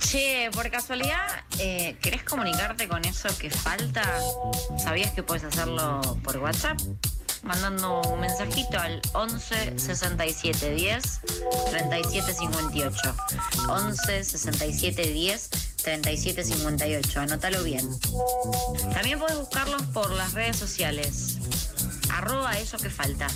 Che, por casualidad, ¿querés comunicarte con eso que falta? ¿Sabías que puedes hacerlo por WhatsApp? Mandando un mensajito al 11 67 10 37 58. 11 67 10 37 58. Anótalo bien. También puedes buscarlos por las redes sociales. @eso que falta.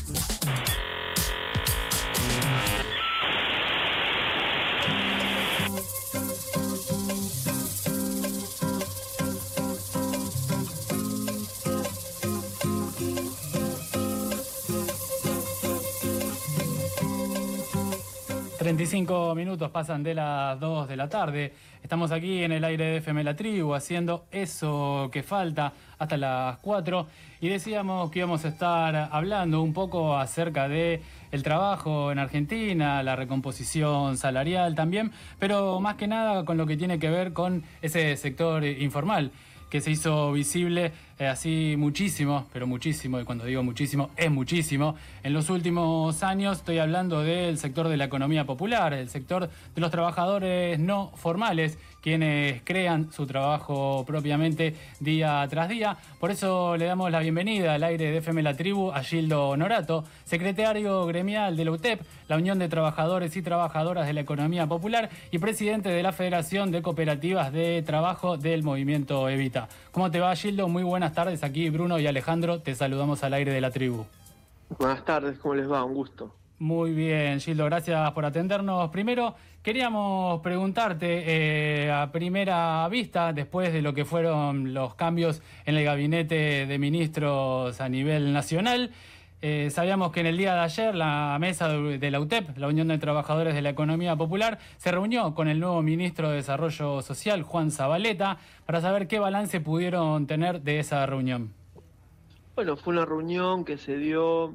35 minutos pasan de las 2 de la tarde. Estamos aquí en el aire de FM La Tribu haciendo eso que falta hasta las 4 y decíamos que íbamos a estar hablando un poco acerca de el trabajo en Argentina, la recomposición salarial también, pero más que nada con lo que tiene que ver con ese sector informal que se hizo visible así muchísimo, pero muchísimo, y cuando digo muchísimo, es muchísimo. En los últimos años estoy hablando del sector de la economía popular, el sector de los trabajadores no formales, quienes crean su trabajo propiamente día tras día. Por eso le damos la bienvenida al aire de FM La Tribu a Gildo Norato, secretario gremial de la UTEP, la Unión de Trabajadores y Trabajadoras de la Economía Popular, y presidente de la Federación de Cooperativas de Trabajo del Movimiento Evita. ¿Cómo te va, Gildo? Muy buenas tardes. Aquí Bruno y Alejandro te saludamos al aire de La Tribu. Buenas tardes, ¿cómo les va? Un gusto. Muy bien, Gildo, gracias por atendernos. Primero, queríamos preguntarte, a primera vista, después de lo que fueron los cambios en el gabinete de ministros a nivel nacional, sabíamos que en el día de ayer la mesa de la UTEP, la Unión de Trabajadores de la Economía Popular, se reunió con el nuevo ministro de Desarrollo Social, Juan Zabaleta, para saber qué balance pudieron tener de esa reunión. Bueno, fue una reunión que se dio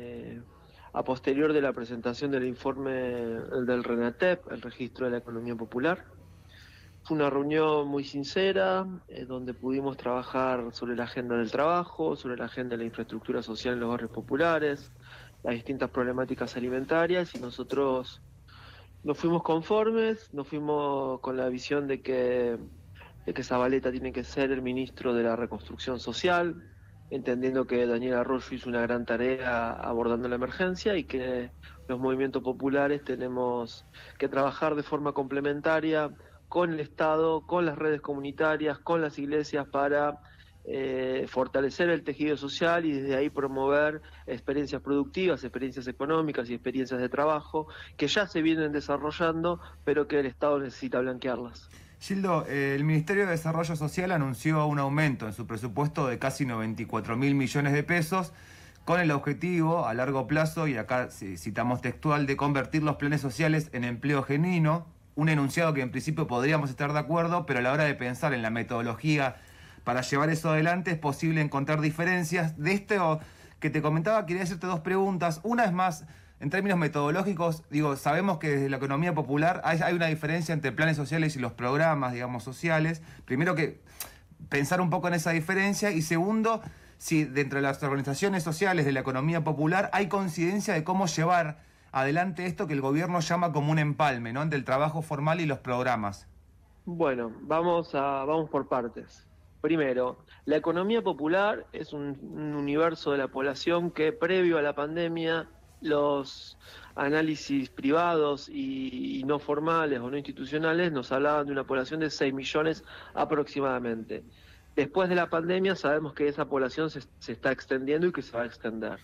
a posterior de la presentación del informe del RENATEP, el Registro de la Economía Popular. Fue una reunión muy sincera, donde pudimos trabajar sobre la agenda del trabajo, sobre la agenda de la infraestructura social en los barrios populares, las distintas problemáticas alimentarias, y nosotros nos fuimos conformes, nos fuimos con la visión de que Zabaleta tiene que ser el ministro de la reconstrucción social, entendiendo que Daniel Arroyo hizo una gran tarea abordando la emergencia y que los movimientos populares tenemos que trabajar de forma complementaria con el Estado, con las redes comunitarias, con las iglesias para fortalecer el tejido social y desde ahí promover experiencias productivas, experiencias económicas y experiencias de trabajo que ya se vienen desarrollando, pero que el Estado necesita blanquearlas. Gildo, el Ministerio de Desarrollo Social anunció un aumento en su presupuesto de casi 94.000 millones de pesos, con el objetivo a largo plazo, y acá citamos textual, de convertir los planes sociales en empleo genuino, un enunciado que en principio podríamos estar de acuerdo, pero a la hora de pensar en la metodología para llevar eso adelante es posible encontrar diferencias. De esto que te comentaba, quería hacerte dos preguntas. Una es más, en términos metodológicos, sabemos que desde la economía popular hay una diferencia entre planes sociales y los programas, sociales. Primero, que pensar un poco en esa diferencia, y segundo, si dentro de las organizaciones sociales de la economía popular hay coincidencia de cómo llevar adelante esto que el gobierno llama como un empalme, ¿no?, entre el trabajo formal y los programas. Bueno, vamos por partes. Primero, la economía popular es un universo de la población que previo a la pandemia los análisis privados y no formales o no institucionales nos hablaban de una población de 6 millones aproximadamente. Después de la pandemia sabemos que esa población se está extendiendo y que se va a extender.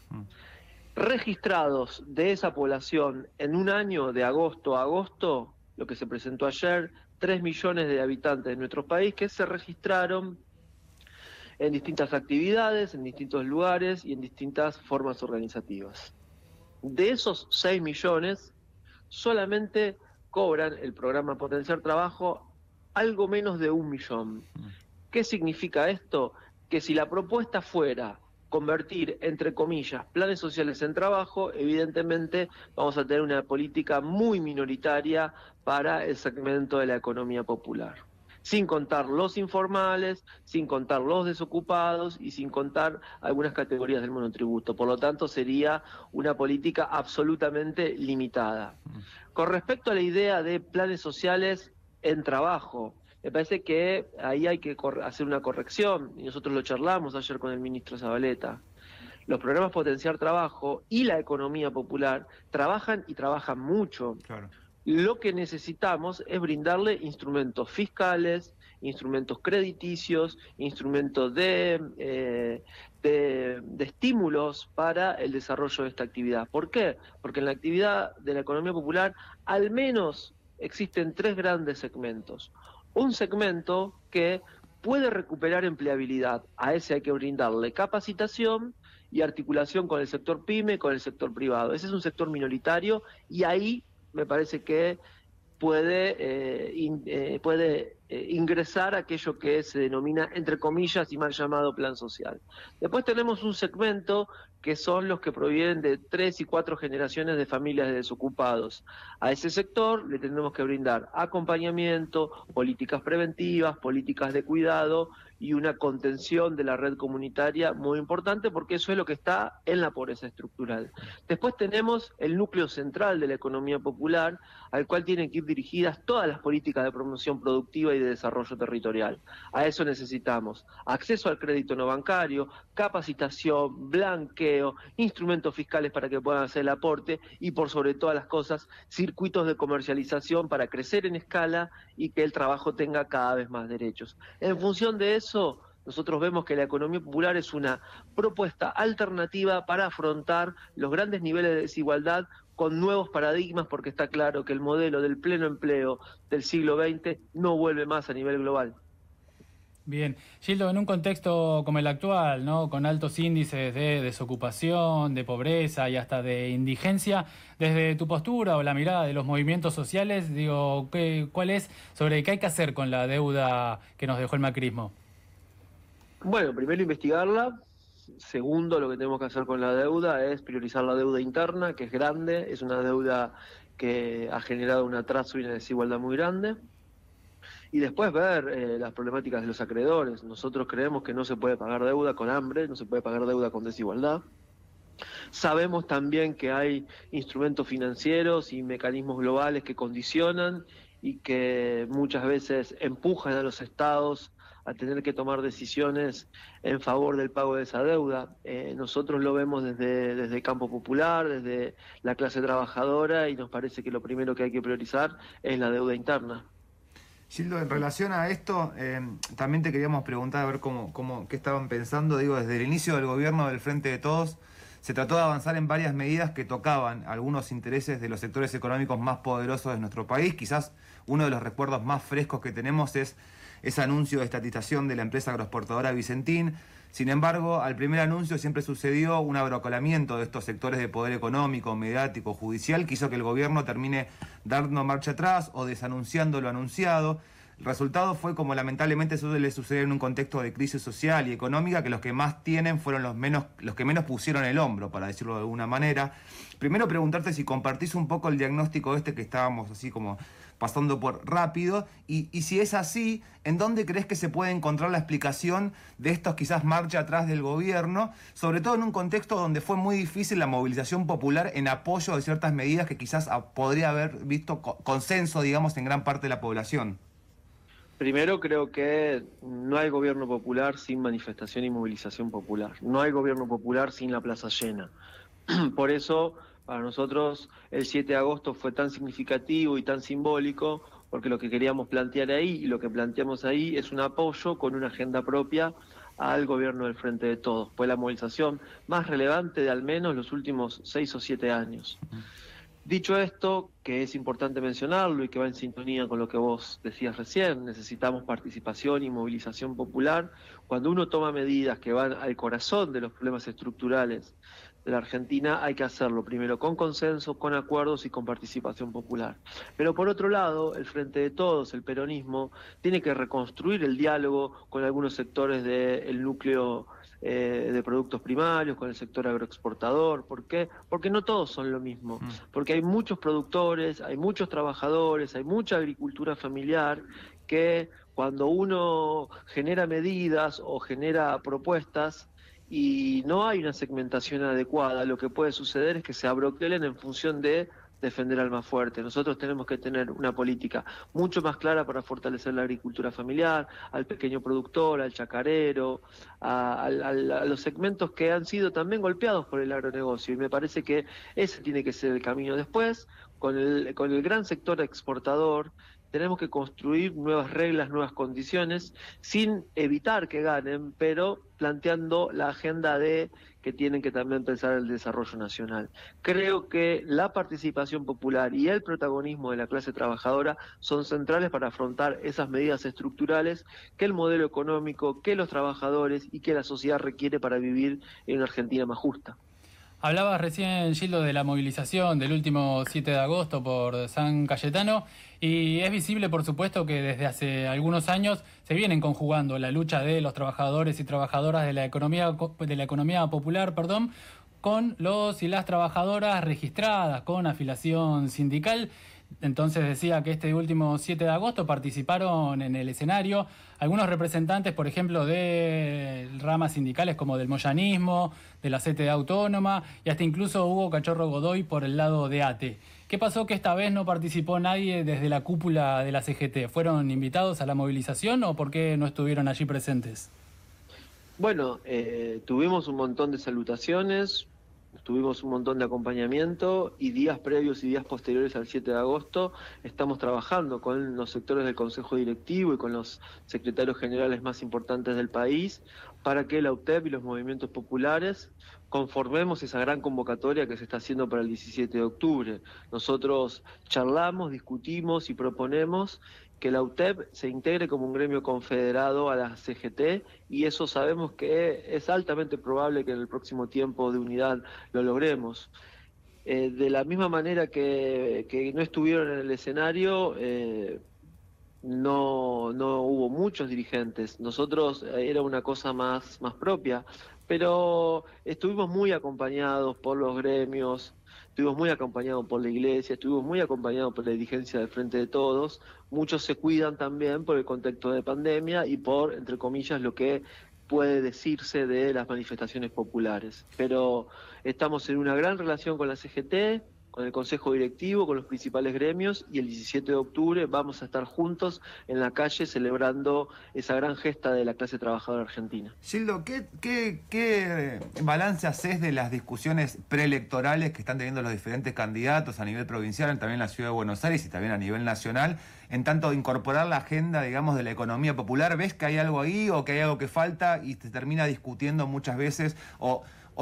Registrados de esa población en un año, de agosto a agosto, lo que se presentó ayer, 3 millones de habitantes de nuestro país que se registraron en distintas actividades, en distintos lugares y en distintas formas organizativas. De esos 6 millones, solamente cobran el programa Potenciar Trabajo algo menos de 1 millón. ¿Qué significa esto? Que si la propuesta fuera convertir, entre comillas, planes sociales en trabajo, evidentemente vamos a tener una política muy minoritaria para el segmento de la economía popular. Sin contar los informales, sin contar los desocupados y sin contar algunas categorías del monotributo. Por lo tanto, sería una política absolutamente limitada. Con respecto a la idea de planes sociales en trabajo. Me parece que ahí hay que hacer una corrección, y nosotros lo charlamos ayer con el ministro Zabaleta. Los programas Potenciar Trabajo y la economía popular trabajan y trabajan mucho. Claro. Lo que necesitamos es brindarle instrumentos fiscales, instrumentos crediticios, instrumentos de estímulos para el desarrollo de esta actividad. ¿Por qué? Porque en la actividad de la economía popular al menos existen 3 grandes segmentos. Un segmento que puede recuperar empleabilidad, a ese hay que brindarle capacitación y articulación con el sector pyme, con el sector privado. Ese es un sector minoritario y ahí me parece que puede ingresar aquello que se denomina, entre comillas y mal llamado, plan social. Después tenemos un segmento que son los que provienen de 3 y 4 generaciones de familias de desocupados. A ese sector le tenemos que brindar acompañamiento, políticas preventivas, políticas de cuidado y una contención de la red comunitaria muy importante, porque eso es lo que está en la pobreza estructural. Después tenemos el núcleo central de la economía popular, al cual tienen que ir dirigidas todas las políticas de promoción productiva y de desarrollo territorial. A eso necesitamos acceso al crédito no bancario, capacitación, blanqueo, instrumentos fiscales para que puedan hacer el aporte y, por sobre todas las cosas, circuitos de comercialización para crecer en escala y que el trabajo tenga cada vez más derechos. En función de eso, nosotros vemos que la economía popular es una propuesta alternativa para afrontar los grandes niveles de desigualdad con nuevos paradigmas, porque está claro que el modelo del pleno empleo del siglo XX no vuelve más a nivel global. Bien, Gildo, en un contexto como el actual, ¿no?, con altos índices de desocupación, de pobreza y hasta de indigencia, desde tu postura o la mirada de los movimientos sociales, digo, ¿cuál es sobre qué hay que hacer con la deuda que nos dejó el macrismo? Bueno, primero investigarla. Segundo, lo que tenemos que hacer con la deuda es priorizar la deuda interna, que es grande, es una deuda que ha generado un atraso y una desigualdad muy grande. Y después ver las problemáticas de los acreedores. Nosotros creemos que no se puede pagar deuda con hambre, no se puede pagar deuda con desigualdad. Sabemos también que hay instrumentos financieros y mecanismos globales que condicionan y que muchas veces empujan a los estados a tener que tomar decisiones en favor del pago de esa deuda. Nosotros lo vemos desde el campo popular, desde la clase trabajadora, y nos parece que lo primero que hay que priorizar es la deuda interna. Gildo, en relación a esto, también te queríamos preguntar a ver qué estaban pensando. Digo, desde el inicio del gobierno del Frente de Todos se trató de avanzar en varias medidas que tocaban algunos intereses de los sectores económicos más poderosos de nuestro país. Quizás uno de los recuerdos más frescos que tenemos es ese anuncio de estatización de la empresa agroexportadora Vicentín. Sin embargo, al primer anuncio siempre sucedió un abrocolamiento de estos sectores de poder económico, mediático, judicial, que hizo que el gobierno termine dando marcha atrás o desanunciando lo anunciado. El resultado fue, como lamentablemente suele suceder en un contexto de crisis social y económica, que los que más tienen fueron los que menos pusieron el hombro, para decirlo de alguna manera. Primero preguntarte si compartís un poco el diagnóstico que estábamos así como pasando por rápido, y si es así, ¿en dónde crees que se puede encontrar la explicación de estos quizás marcha atrás del gobierno, sobre todo en un contexto donde fue muy difícil la movilización popular en apoyo de ciertas medidas que quizás podría haber visto consenso, digamos, en gran parte de la población? Primero, creo que no hay gobierno popular sin manifestación y movilización popular. No hay gobierno popular sin la plaza llena. Por eso, para nosotros, el 7 de agosto fue tan significativo y tan simbólico, porque lo que queríamos plantear ahí y lo que planteamos ahí es un apoyo con una agenda propia al gobierno del Frente de Todos. Fue la movilización más relevante de al menos los últimos 6 o 7 años. Dicho esto, que es importante mencionarlo y que va en sintonía con lo que vos decías recién, necesitamos participación y movilización popular. Cuando uno toma medidas que van al corazón de los problemas estructurales de la Argentina, hay que hacerlo primero con consenso, con acuerdos y con participación popular. Pero por otro lado, el Frente de Todos, el peronismo, tiene que reconstruir el diálogo con algunos sectores del núcleo de productos primarios, con el sector agroexportador. ¿Por qué? Porque no todos son lo mismo, porque hay muchos productores, hay muchos trabajadores, hay mucha agricultura familiar que cuando uno genera medidas o genera propuestas y no hay una segmentación adecuada, lo que puede suceder es que se abroquelen en función de defender al más fuerte. Nosotros tenemos que tener una política mucho más clara para fortalecer la agricultura familiar, al pequeño productor, al chacarero, a los segmentos que han sido también golpeados por el agronegocio. Y me parece que ese tiene que ser el camino. Después, con el gran sector exportador, tenemos que construir nuevas reglas, nuevas condiciones, sin evitar que ganen, pero planteando la agenda de que tienen que también pensar el desarrollo nacional. Creo que la participación popular y el protagonismo de la clase trabajadora son centrales para afrontar esas medidas estructurales que el modelo económico, que los trabajadores y que la sociedad requiere para vivir en una Argentina más justa. Hablabas recién, Gildo, de la movilización del último 7 de agosto por San Cayetano y es visible, por supuesto, que desde hace algunos años se vienen conjugando la lucha de los trabajadores y trabajadoras de la economía popular, con los y las trabajadoras registradas con afiliación sindical. Entonces decía que este último 7 de agosto participaron en el escenario algunos representantes, por ejemplo, de ramas sindicales como del moyanismo, de la CTA Autónoma y hasta incluso Hugo Cachorro Godoy por el lado de ATE. ¿Qué pasó que esta vez no participó nadie desde la cúpula de la CGT? ¿Fueron invitados a la movilización o por qué no estuvieron allí presentes? Bueno, tuvimos un montón de salutaciones, tuvimos un montón de acompañamiento y días previos y días posteriores al 7 de agosto estamos trabajando con los sectores del Consejo Directivo y con los secretarios generales más importantes del país para que la UTEP y los movimientos populares conformemos esa gran convocatoria que se está haciendo para el 17 de octubre. Nosotros charlamos, discutimos y proponemos que la UTEP se integre como un gremio confederado a la CGT y eso sabemos que es altamente probable que en el próximo tiempo de unidad lo logremos. De la misma manera que no estuvieron en el escenario, no hubo muchos dirigentes. Nosotros era una cosa más propia, pero estuvimos muy acompañados por los gremios, estuvimos muy acompañados por la iglesia, estuvimos muy acompañados por la dirigencia del Frente de Todos. Muchos se cuidan también por el contexto de pandemia y por, entre comillas, lo que puede decirse de las manifestaciones populares. Pero estamos en una gran relación con la CGT, con el Consejo Directivo, con los principales gremios, y el 17 de octubre vamos a estar juntos en la calle celebrando esa gran gesta de la clase trabajadora argentina. Gildo, ¿qué balance haces de las discusiones preelectorales que están teniendo los diferentes candidatos a nivel provincial, también en la Ciudad de Buenos Aires y también a nivel nacional, en tanto incorporar la agenda, digamos, de la economía popular? ¿Ves que hay algo ahí o que hay algo que falta y se termina discutiendo muchas veces o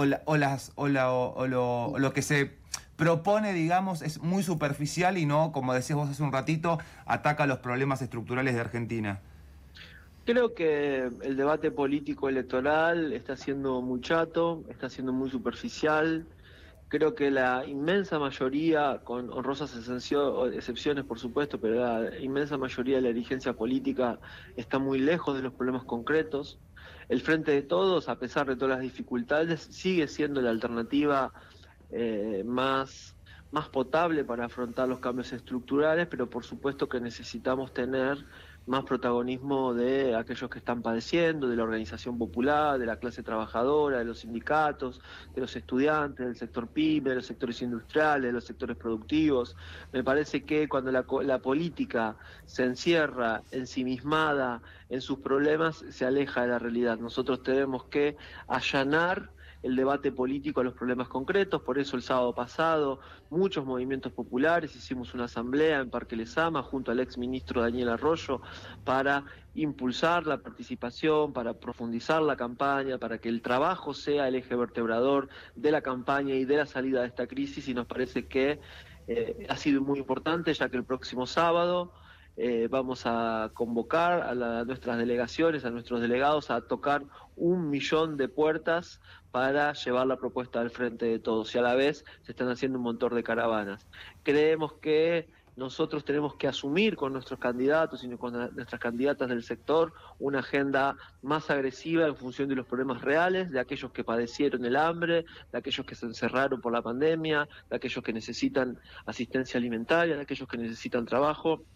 lo que se propone, digamos, es muy superficial y no, como decías vos hace un ratito, ataca los problemas estructurales de Argentina? Creo que el debate político electoral está siendo muy chato, está siendo muy superficial. Creo que la inmensa mayoría, con honrosas excepciones por supuesto, pero la inmensa mayoría de la dirigencia política está muy lejos de los problemas concretos. El Frente de Todos, a pesar de todas las dificultades, sigue siendo la alternativa más potable para afrontar los cambios estructurales, pero por supuesto que necesitamos tener más protagonismo de aquellos que están padeciendo, de la organización popular, de la clase trabajadora, de los sindicatos, de los estudiantes, del sector pyme, de los sectores industriales, de los sectores productivos. Me parece que cuando la política se encierra ensimismada en sus problemas, se aleja de la realidad. Nosotros tenemos que allanar el debate político a los problemas concretos. Por eso el sábado pasado muchos movimientos populares hicimos una asamblea en Parque Lezama junto al exministro Daniel Arroyo para impulsar la participación, para profundizar la campaña, para que el trabajo sea el eje vertebrador de la campaña y de la salida de esta crisis, y nos parece que ha sido muy importante, ya que el próximo sábado vamos a convocar a nuestras delegaciones, a nuestros delegados, a tocar 1 millón de puertas para llevar la propuesta al Frente de Todos, y a la vez se están haciendo un montón de caravanas. Creemos que nosotros tenemos que asumir con nuestros candidatos y con nuestras candidatas del sector una agenda más agresiva en función de los problemas reales, de aquellos que padecieron el hambre, de aquellos que se encerraron por la pandemia, de aquellos que necesitan asistencia alimentaria, de aquellos que necesitan trabajo.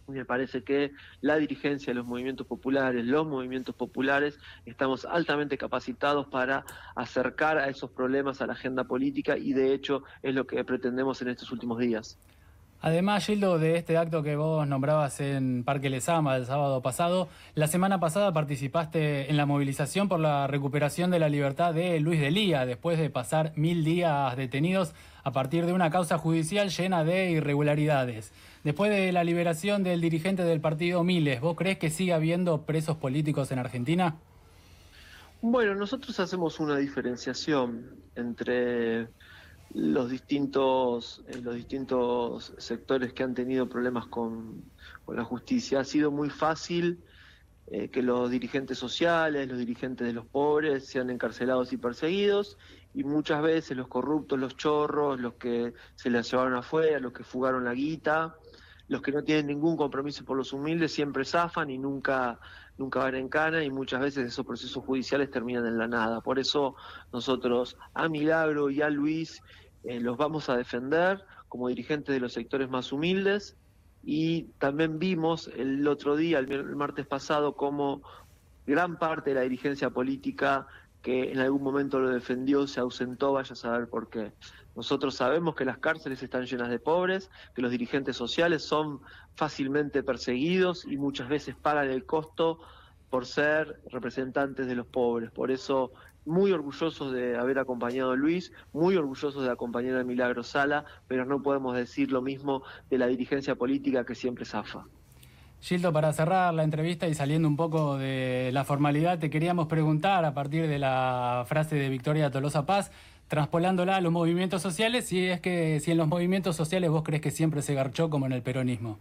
Me parece que la dirigencia de los movimientos populares, estamos altamente capacitados para acercar a esos problemas a la agenda política y de hecho es lo que pretendemos en estos últimos días. Además, Gildo, de este acto que vos nombrabas en Parque Lezama el sábado pasado, la semana pasada participaste en la movilización por la recuperación de la libertad de Luis Delía, después de pasar 1000 días detenidos a partir de una causa judicial llena de irregularidades. Después de la liberación del dirigente del partido Miles, ¿vos crees que sigue habiendo presos políticos en Argentina? Bueno, nosotros hacemos una diferenciación entre los distintos sectores que han tenido problemas con la justicia. Ha sido muy fácil que los dirigentes sociales, los dirigentes de los pobres sean encarcelados y perseguidos, y muchas veces los corruptos, los chorros, los que se les llevaron afuera, los que fugaron la guita, los que no tienen ningún compromiso por los humildes siempre zafan y nunca van en cana, y muchas veces esos procesos judiciales terminan en la nada. Por eso nosotros a Milagro y a Luis los vamos a defender como dirigentes de los sectores más humildes, y también vimos el otro día, el martes pasado, como gran parte de la dirigencia política que en algún momento lo defendió se ausentó, vaya a saber por qué. Nosotros sabemos que las cárceles están llenas de pobres, que los dirigentes sociales son fácilmente perseguidos y muchas veces pagan el costo por ser representantes de los pobres. Por eso, muy orgullosos de haber acompañado a Luis, muy orgullosos de acompañar a Milagro Sala, pero no podemos decir lo mismo de la dirigencia política que siempre zafa. Gildo, para cerrar la entrevista y saliendo un poco de la formalidad, te queríamos preguntar, a partir de la frase de Victoria Tolosa Paz, traspolándola a los movimientos sociales, si en los movimientos sociales vos crees que siempre se garchó como en el peronismo.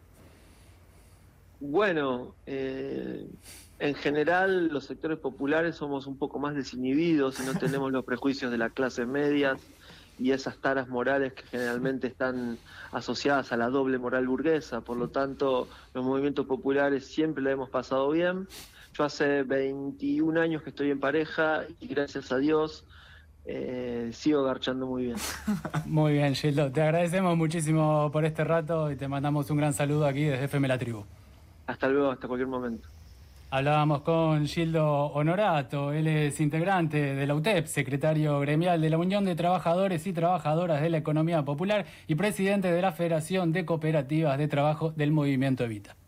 Bueno, en general los sectores populares somos un poco más desinhibidos y no tenemos los prejuicios de las clases medias y esas taras morales que generalmente están asociadas a la doble moral burguesa. Por lo tanto, los movimientos populares siempre la hemos pasado bien. Yo hace 21 años que estoy en pareja y gracias a Dios sigo garchando muy bien. Muy bien, Gildo. Te agradecemos muchísimo por este rato y te mandamos un gran saludo aquí desde FM La Tribu. Hasta luego, hasta cualquier momento. Hablábamos con Gildo Honorato, él es integrante de la UTEP, secretario gremial de la Unión de Trabajadores y Trabajadoras de la Economía Popular y presidente de la Federación de Cooperativas de Trabajo del Movimiento Evita.